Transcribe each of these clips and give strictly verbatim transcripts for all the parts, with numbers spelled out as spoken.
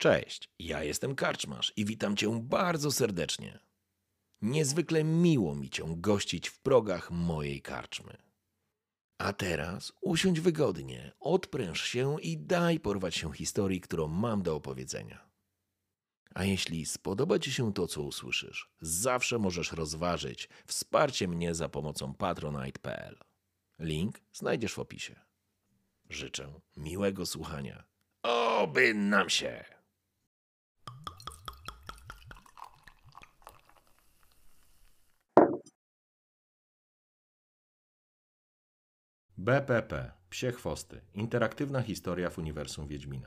Cześć, ja jestem Karczmarz i witam Cię bardzo serdecznie. Niezwykle miło mi Cię gościć w progach mojej karczmy. A teraz usiądź wygodnie, odpręż się i daj porwać się historii, którą mam do opowiedzenia. A jeśli spodoba Ci się to, co usłyszysz, zawsze możesz rozważyć wsparcie mnie za pomocą patronite kropka p l. Link znajdziesz w opisie. Życzę miłego słuchania. Oby nam się! B P P. Psie chwosty. Interaktywna historia w uniwersum Wiedźmina.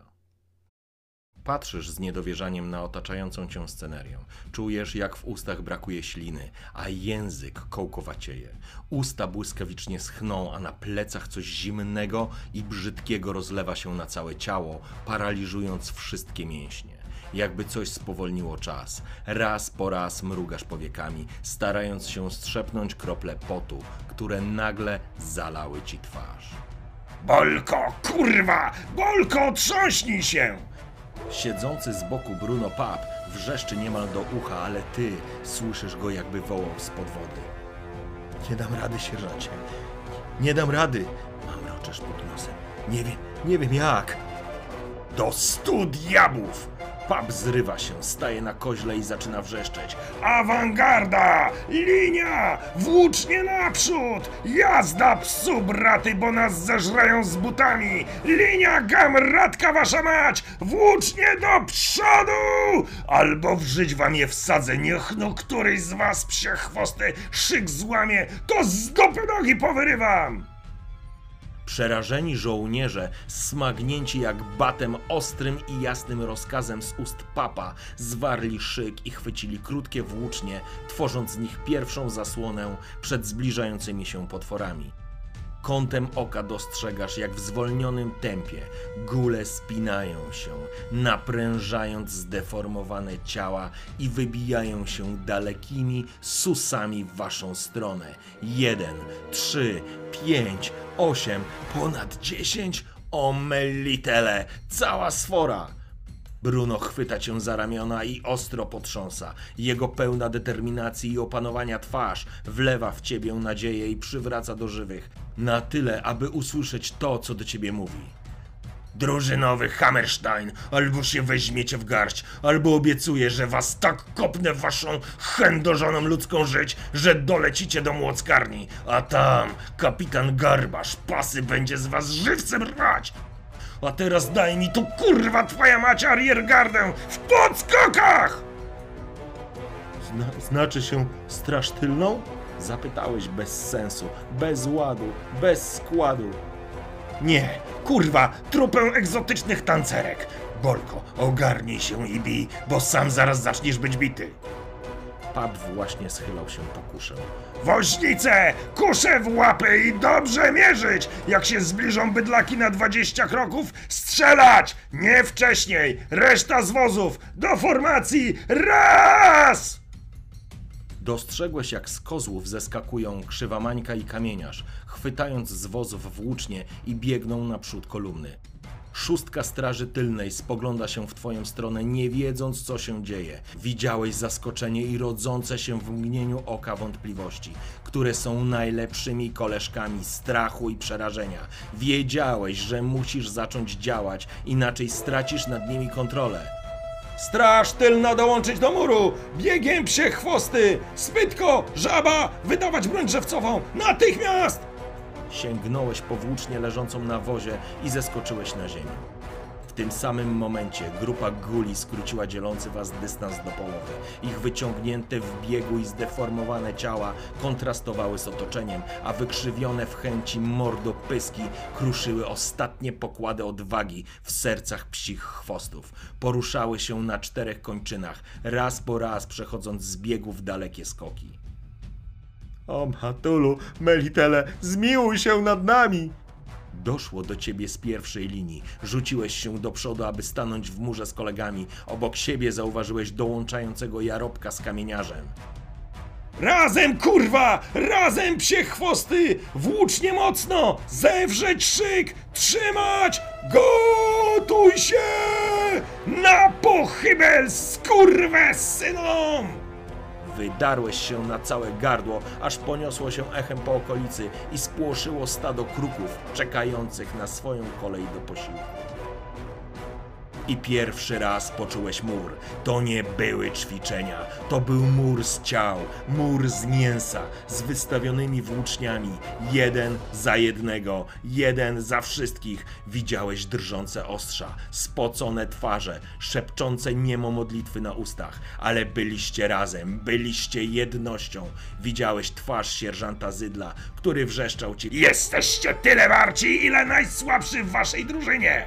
Patrzysz z niedowierzaniem na otaczającą cię scenerię. Czujesz, jak w ustach brakuje śliny, a język kołkowacieje. Usta błyskawicznie schną, a na plecach coś zimnego i brzydkiego rozlewa się na całe ciało, paraliżując wszystkie mięśnie. Jakby coś spowolniło czas. Raz po raz mrugasz powiekami, starając się strzepnąć krople potu, które nagle zalały ci twarz. Bolko, kurwa! Bolko, trząśnij się! Siedzący z boku Bruno Pap wrzeszczy niemal do ucha, ale ty słyszysz go, jakby wołał spod wody. Nie dam rady, sierżancie. Nie dam rady. Mamroczesz pod nosem. Nie wiem, nie wiem jak. Do stu diabłów! Pap zrywa się, staje na koźle i zaczyna wrzeszczeć. Awangarda! Linia! Włócznie naprzód! Jazda psu, braty, bo nas zeżrają z butami! Linia, gamratka wasza mać! Włócznie do przodu! Albo w żyć wam je wsadzę, niech no któryś z was, psie chwosty, szyk złamie, to z dupy nogi powyrywam! Przerażeni żołnierze, smagnięci jak batem ostrym i jasnym rozkazem z ust Papa, zwarli szyk i chwycili krótkie włócznie, tworząc z nich pierwszą zasłonę przed zbliżającymi się potworami. Kątem oka dostrzegasz, jak w zwolnionym tempie góle spinają się, naprężając zdeformowane ciała i wybijają się dalekimi susami w waszą stronę. Jeden, trzy, pięć, osiem, ponad dziesięć, o melitele, cała sfora! Bruno chwyta cię za ramiona i ostro potrząsa. Jego pełna determinacji i opanowania twarz wlewa w ciebie nadzieję i przywraca do żywych. Na tyle, aby usłyszeć to, co do ciebie mówi. Drużynowy Hammerstein, albo się weźmiecie w garść, albo obiecuję, że was tak kopnę w waszą chędożoną ludzką żyć, że dolecicie do młockarni, a tam kapitan Garbasz pasy będzie z was żywcem rwać. A teraz daj mi tu, kurwa twoja mać, ariergardę w podskokach! Zna znaczy się straż tylną? Zapytałeś bez sensu, bez ładu, bez składu. Nie, kurwa, trupę egzotycznych tancerek. Bolko, ogarnij się i bij, bo sam zaraz zaczniesz być bity. Pap właśnie schylał się po kuszę. Woźnice, kusze w łapy i dobrze mierzyć! Jak się zbliżą bydlaki na dwadzieścia kroków, strzelać! Nie wcześniej! Reszta z wozów! Do formacji! Raz! Dostrzegłeś, jak z kozłów zeskakują Krzywamańka i Kamieniarz, chwytając z wozów włócznie i biegną naprzód kolumny. Szóstka straży tylnej spogląda się w twoją stronę, nie wiedząc, co się dzieje. Widziałeś zaskoczenie i rodzące się w mgnieniu oka wątpliwości, które są najlepszymi koleżkami strachu i przerażenia. Wiedziałeś, że musisz zacząć działać, inaczej stracisz nad nimi kontrolę. Straż tylna dołączyć do muru! Biegiem psie chwosty! Spytko, żaba, wydawać broń drzewcową! Natychmiast! Sięgnąłeś po włócznię leżącą na wozie i zeskoczyłeś na ziemię. W tym samym momencie grupa guli skróciła dzielący was dystans do połowy. Ich wyciągnięte w biegu i zdeformowane ciała kontrastowały z otoczeniem, a wykrzywione w chęci mordopyski kruszyły ostatnie pokłady odwagi w sercach psich chwostów. Poruszały się na czterech kończynach, raz po raz przechodząc z biegu w dalekie skoki. O matulu, melitele, zmiłuj się nad nami! Doszło do ciebie z pierwszej linii. Rzuciłeś się do przodu, aby stanąć w murze z kolegami. Obok siebie zauważyłeś dołączającego Jarobka z Kamieniarzem. Razem, kurwa! Razem, psie chwosty! Włócznie mocno! Zewrzeć szyk! Trzymać! Gotów! Gotuj się na pochybel, skurwysynom! Wydarłeś się na całe gardło, aż poniosło się echem po okolicy i spłoszyło stado kruków czekających na swoją kolej do posiłku. I pierwszy raz poczułeś mur. To nie były ćwiczenia, to był mur z ciał, mur z mięsa, z wystawionymi włóczniami, jeden za jednego, jeden za wszystkich. Widziałeś drżące ostrza, spocone twarze, szepczące niemo modlitwy na ustach, ale byliście razem, byliście jednością. Widziałeś twarz sierżanta Zydla, który wrzeszczał ci: Jesteście tyle warci, ile najsłabszy w waszej drużynie!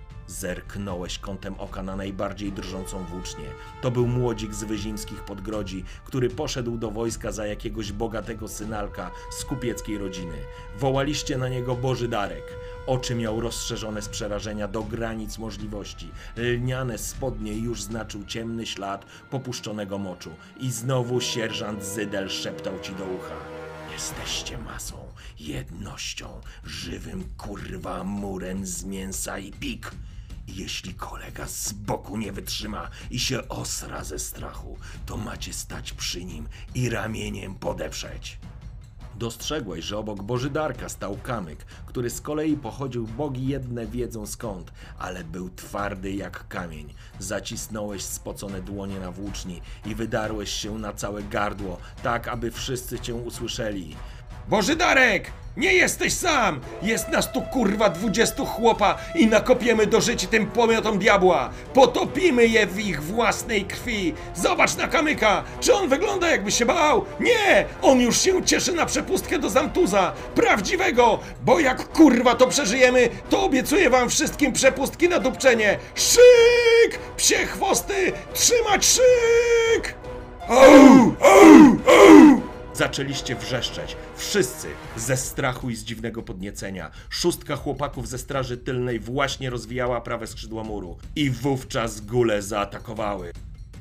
Zerknąłeś kątem oka na najbardziej drżącą włócznię. To był młodzik z Wyzimskich Podgrodzi, który poszedł do wojska za jakiegoś bogatego synalka z kupieckiej rodziny. Wołaliście na niego Boży Darek. Oczy miał rozszerzone z przerażenia do granic możliwości. Lniane spodnie już znaczył ciemny ślad popuszczonego moczu. I znowu sierżant Zydel szeptał ci do ucha: jesteście masą, jednością, żywym kurwa murem z mięsa i pik. Jeśli kolega z boku nie wytrzyma i się osra ze strachu, to macie stać przy nim i ramieniem podeprzeć. Dostrzegłeś, że obok Bożydarka stał kamyk, który z kolei pochodził bogi jedne wiedzą skąd, ale był twardy jak kamień. Zacisnąłeś spocone dłonie na włóczni i wydarłeś się na całe gardło, tak aby wszyscy cię usłyszeli. Bożydarek! Nie jesteś sam! Jest nas tu kurwa dwudziestu chłopa i nakopiemy do życia tym pomiotom diabła! Potopimy je w ich własnej krwi! Zobacz na kamyka! Czy on wygląda jakby się bał? Nie! On już się cieszy na przepustkę do Zamtuza! Prawdziwego! Bo jak kurwa to przeżyjemy, to obiecuję wam wszystkim przepustki na dupczenie! Szyk! Psie chwosty! Trzymać szyk! Au! Au! Au! Zaczęliście wrzeszczeć. Wszyscy ze strachu i z dziwnego podniecenia. Szóstka chłopaków ze straży tylnej właśnie rozwijała prawe skrzydło muru. I wówczas góle zaatakowały.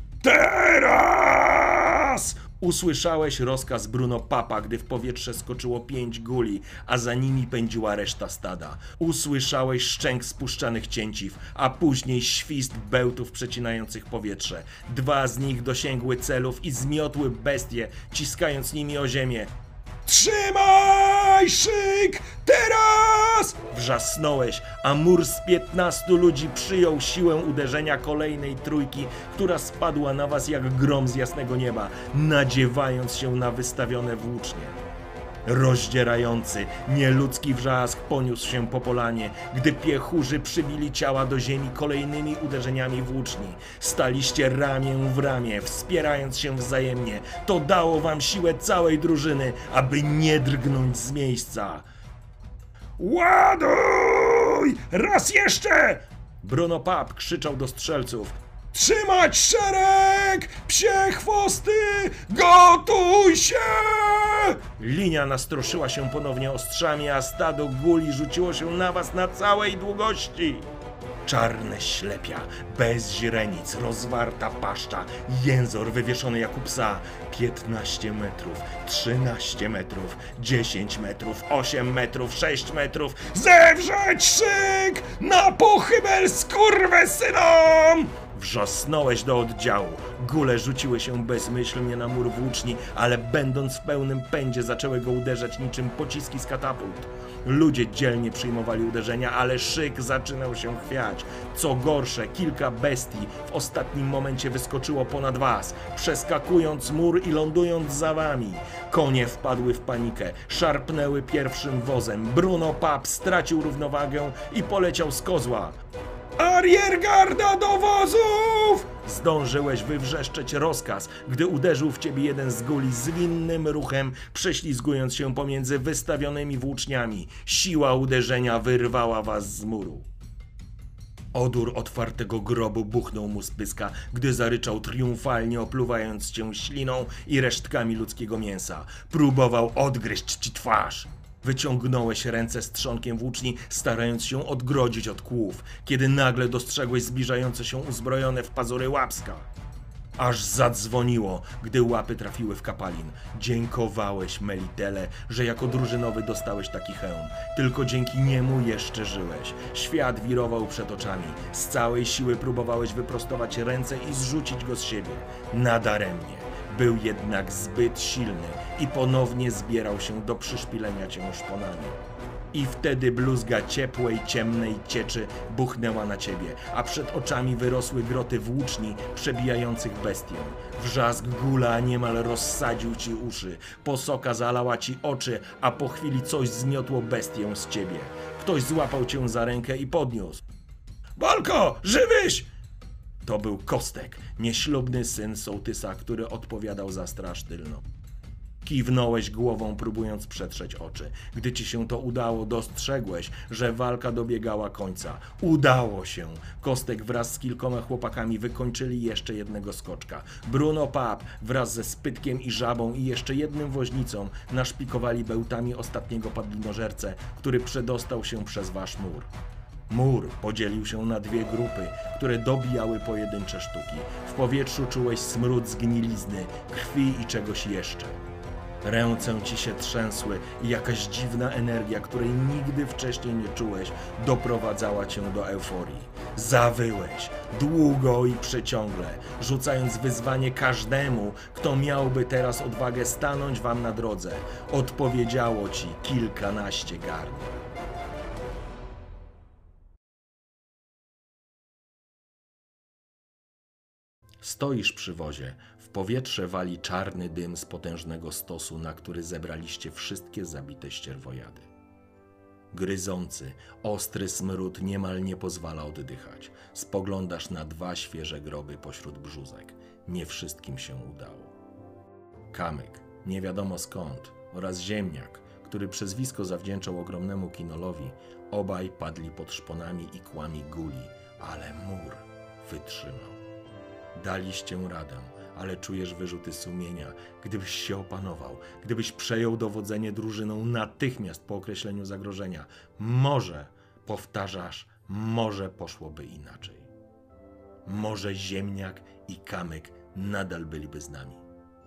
Teraz! Usłyszałeś rozkaz Bruno Papa, gdy w powietrze skoczyło pięć guli, a za nimi pędziła reszta stada. Usłyszałeś szczęk spuszczanych cięciw, a później świst bełtów przecinających powietrze. Dwa z nich dosięgły celów i zmiotły bestie, ciskając nimi o ziemię. Trzymaj szyk! Teraz! Wrzasnąłeś, a mur z piętnastu ludzi przyjął siłę uderzenia kolejnej trójki, która spadła na was jak grom z jasnego nieba, nadziewając się na wystawione włócznie. Rozdzierający, nieludzki wrzask poniósł się po polanie, gdy piechurzy przybili ciała do ziemi kolejnymi uderzeniami włóczni. Staliście ramię w ramię, wspierając się wzajemnie. To dało wam siłę całej drużyny, aby nie drgnąć z miejsca. Ładuj! Raz jeszcze! Bruno Pap krzyczał do strzelców. Trzymać szereg! Psie chwosty! Gotuj się! Linia nastroszyła się ponownie ostrzami, a stado guli rzuciło się na was na całej długości. Czarne ślepia, bez źrenic, rozwarta paszcza, jęzor wywieszony jak u psa. piętnaście metrów, trzynaście metrów, dziesięć metrów, osiem metrów, sześć metrów. Zewrzeć szyk! Na pochybel skurwysynom! Wrzasnąłeś do oddziału. Góle rzuciły się bezmyślnie na mur włóczni, ale będąc w pełnym pędzie zaczęły go uderzać niczym pociski z katapult. Ludzie dzielnie przyjmowali uderzenia, ale szyk zaczynał się chwiać. Co gorsze, kilka bestii w ostatnim momencie wyskoczyło ponad was, przeskakując mur i lądując za wami. Konie wpadły w panikę, szarpnęły pierwszym wozem. Bruno Pap stracił równowagę i poleciał z kozła. Ariergarda do wozów! Zdążyłeś wywrzeszczeć rozkaz, gdy uderzył w ciebie jeden z guli zwinnym ruchem, prześlizgując się pomiędzy wystawionymi włóczniami. Siła uderzenia wyrwała was z muru. Odór otwartego grobu buchnął mu z pyska, gdy zaryczał triumfalnie, opluwając cię śliną i resztkami ludzkiego mięsa. Próbował odgryźć ci twarz. Wyciągnąłeś ręce z trzonkiem włóczni, starając się odgrodzić od kłów, kiedy nagle dostrzegłeś zbliżające się uzbrojone w pazury łapska. Aż zadzwoniło, gdy łapy trafiły w kapalin. Dziękowałeś, Melitele, że jako drużynowy dostałeś taki hełm. Tylko dzięki niemu jeszcze żyłeś. Świat wirował przed oczami. Z całej siły próbowałeś wyprostować ręce i zrzucić go z siebie. Nadaremnie. Był jednak zbyt silny i ponownie zbierał się do przyszpilenia cię szponami. I wtedy bluzga ciepłej, ciemnej cieczy buchnęła na ciebie, a przed oczami wyrosły groty włóczni przebijających bestię. Wrzask gula niemal rozsadził ci uszy, posoka zalała ci oczy, a po chwili coś zmiotło bestię z ciebie. Ktoś złapał cię za rękę i podniósł. Bolko, żywyś! To był Kostek, nieślubny syn sołtysa, który odpowiadał za straż tylną. Kiwnąłeś głową, próbując przetrzeć oczy. Gdy ci się to udało, dostrzegłeś, że walka dobiegała końca. Udało się! Kostek wraz z kilkoma chłopakami wykończyli jeszcze jednego skoczka. Bruno Pap wraz ze Spytkiem i Żabą i jeszcze jednym woźnicą naszpikowali bełtami ostatniego padlinożercę, który przedostał się przez wasz mur. Mur podzielił się na dwie grupy, które dobijały pojedyncze sztuki. W powietrzu czułeś smród zgnilizny, krwi i czegoś jeszcze. Ręce ci się trzęsły i jakaś dziwna energia, której nigdy wcześniej nie czułeś, doprowadzała cię do euforii. Zawyłeś, długo i przeciągle, rzucając wyzwanie każdemu, kto miałby teraz odwagę stanąć wam na drodze. Odpowiedziało ci kilkanaście gard. Stoisz przy wozie. W powietrze wali czarny dym z potężnego stosu, na który zebraliście wszystkie zabite ścierwojady. Gryzący, ostry smród niemal nie pozwala oddychać. Spoglądasz na dwa świeże groby pośród brzózek. Nie wszystkim się udało. Kamyk, nie wiadomo skąd, oraz Ziemniak, który przezwisko zawdzięczał ogromnemu kinolowi, obaj padli pod szponami i kłami guli, ale mur wytrzymał. Daliście radę, ale czujesz wyrzuty sumienia. Gdybyś się opanował, gdybyś przejął dowodzenie drużyną natychmiast po określeniu zagrożenia, może, powtarzasz, może poszłoby inaczej. Może Ziemniak i Kamyk nadal byliby z nami.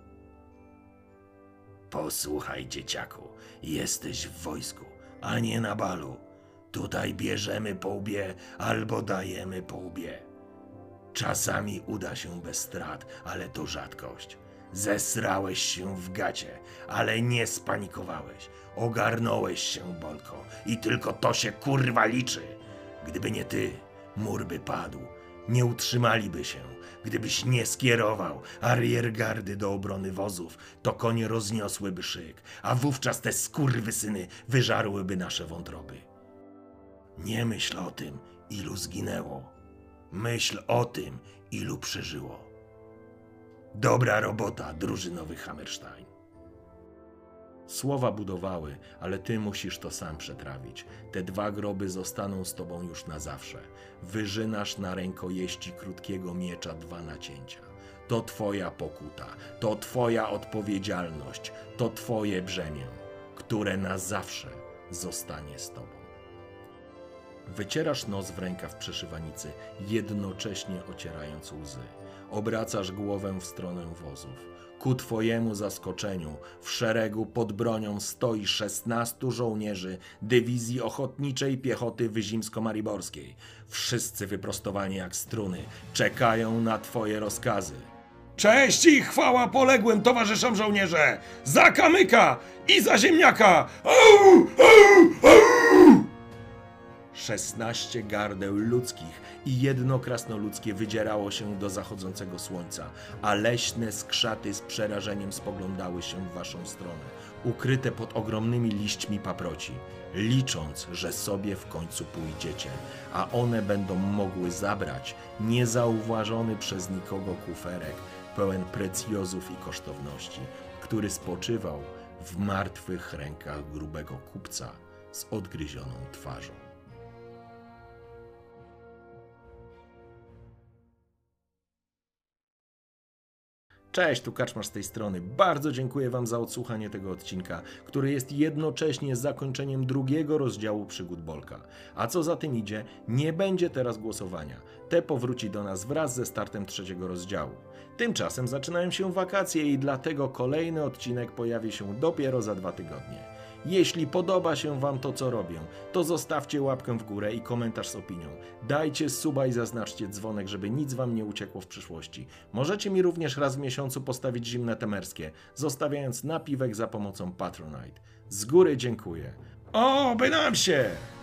Posłuchaj, dzieciaku, jesteś w wojsku, a nie na balu. Tutaj bierzemy po łbie albo dajemy po łbie. Czasami uda się bez strat, ale to rzadkość. Zesrałeś się w gacie, ale nie spanikowałeś. Ogarnąłeś się, Bolko, i tylko to się kurwa liczy. Gdyby nie ty, mur by padł. Nie utrzymaliby się. Gdybyś nie skierował ariergardy do obrony wozów, to konie rozniosłyby szyk, a wówczas te skurwysyny wyżarłyby nasze wątroby. Nie myśl o tym, ilu zginęło. Myśl o tym, ilu przeżyło. Dobra robota, drużynowy Hammerstein. Słowa budowały, ale ty musisz to sam przetrawić. Te dwa groby zostaną z tobą już na zawsze. Wyżynasz na rękojeści krótkiego miecza dwa nacięcia. To twoja pokuta, to twoja odpowiedzialność, to twoje brzemię, które na zawsze zostanie z tobą. Wycierasz nos w rękaw przeszywanicy, jednocześnie ocierając łzy. Obracasz głowę w stronę wozów. Ku twojemu zaskoczeniu w szeregu pod bronią stoi szesnastu żołnierzy Dywizji Ochotniczej Piechoty Wyzimsko-Mariborskiej. Wszyscy wyprostowani jak struny, czekają na twoje rozkazy. Cześć i chwała poległym towarzyszom żołnierze! Za Kamyka i za Ziemniaka! Au, au, au! Szesnaście gardeł ludzkich i jedno krasnoludzkie wydzierało się do zachodzącego słońca, a leśne skrzaty z przerażeniem spoglądały się w waszą stronę, ukryte pod ogromnymi liśćmi paproci, licząc, że sobie w końcu pójdziecie, a one będą mogły zabrać niezauważony przez nikogo kuferek pełen precjozów i kosztowności, który spoczywał w martwych rękach grubego kupca z odgryzioną twarzą. Cześć, tu Kaczmarz z tej strony. Bardzo dziękuję Wam za odsłuchanie tego odcinka, który jest jednocześnie zakończeniem drugiego rozdziału przygód Bolka. A co za tym idzie, nie będzie teraz głosowania. Te powróci do nas wraz ze startem trzeciego rozdziału. Tymczasem zaczynają się wakacje i dlatego kolejny odcinek pojawi się dopiero za dwa tygodnie. Jeśli podoba się Wam to, co robię, to zostawcie łapkę w górę i komentarz z opinią. Dajcie suba i zaznaczcie dzwonek, żeby nic Wam nie uciekło w przyszłości. Możecie mi również raz w miesiącu postawić zimne temerskie, zostawiając napiwek za pomocą Patronite. Z góry dziękuję. Oby nam się!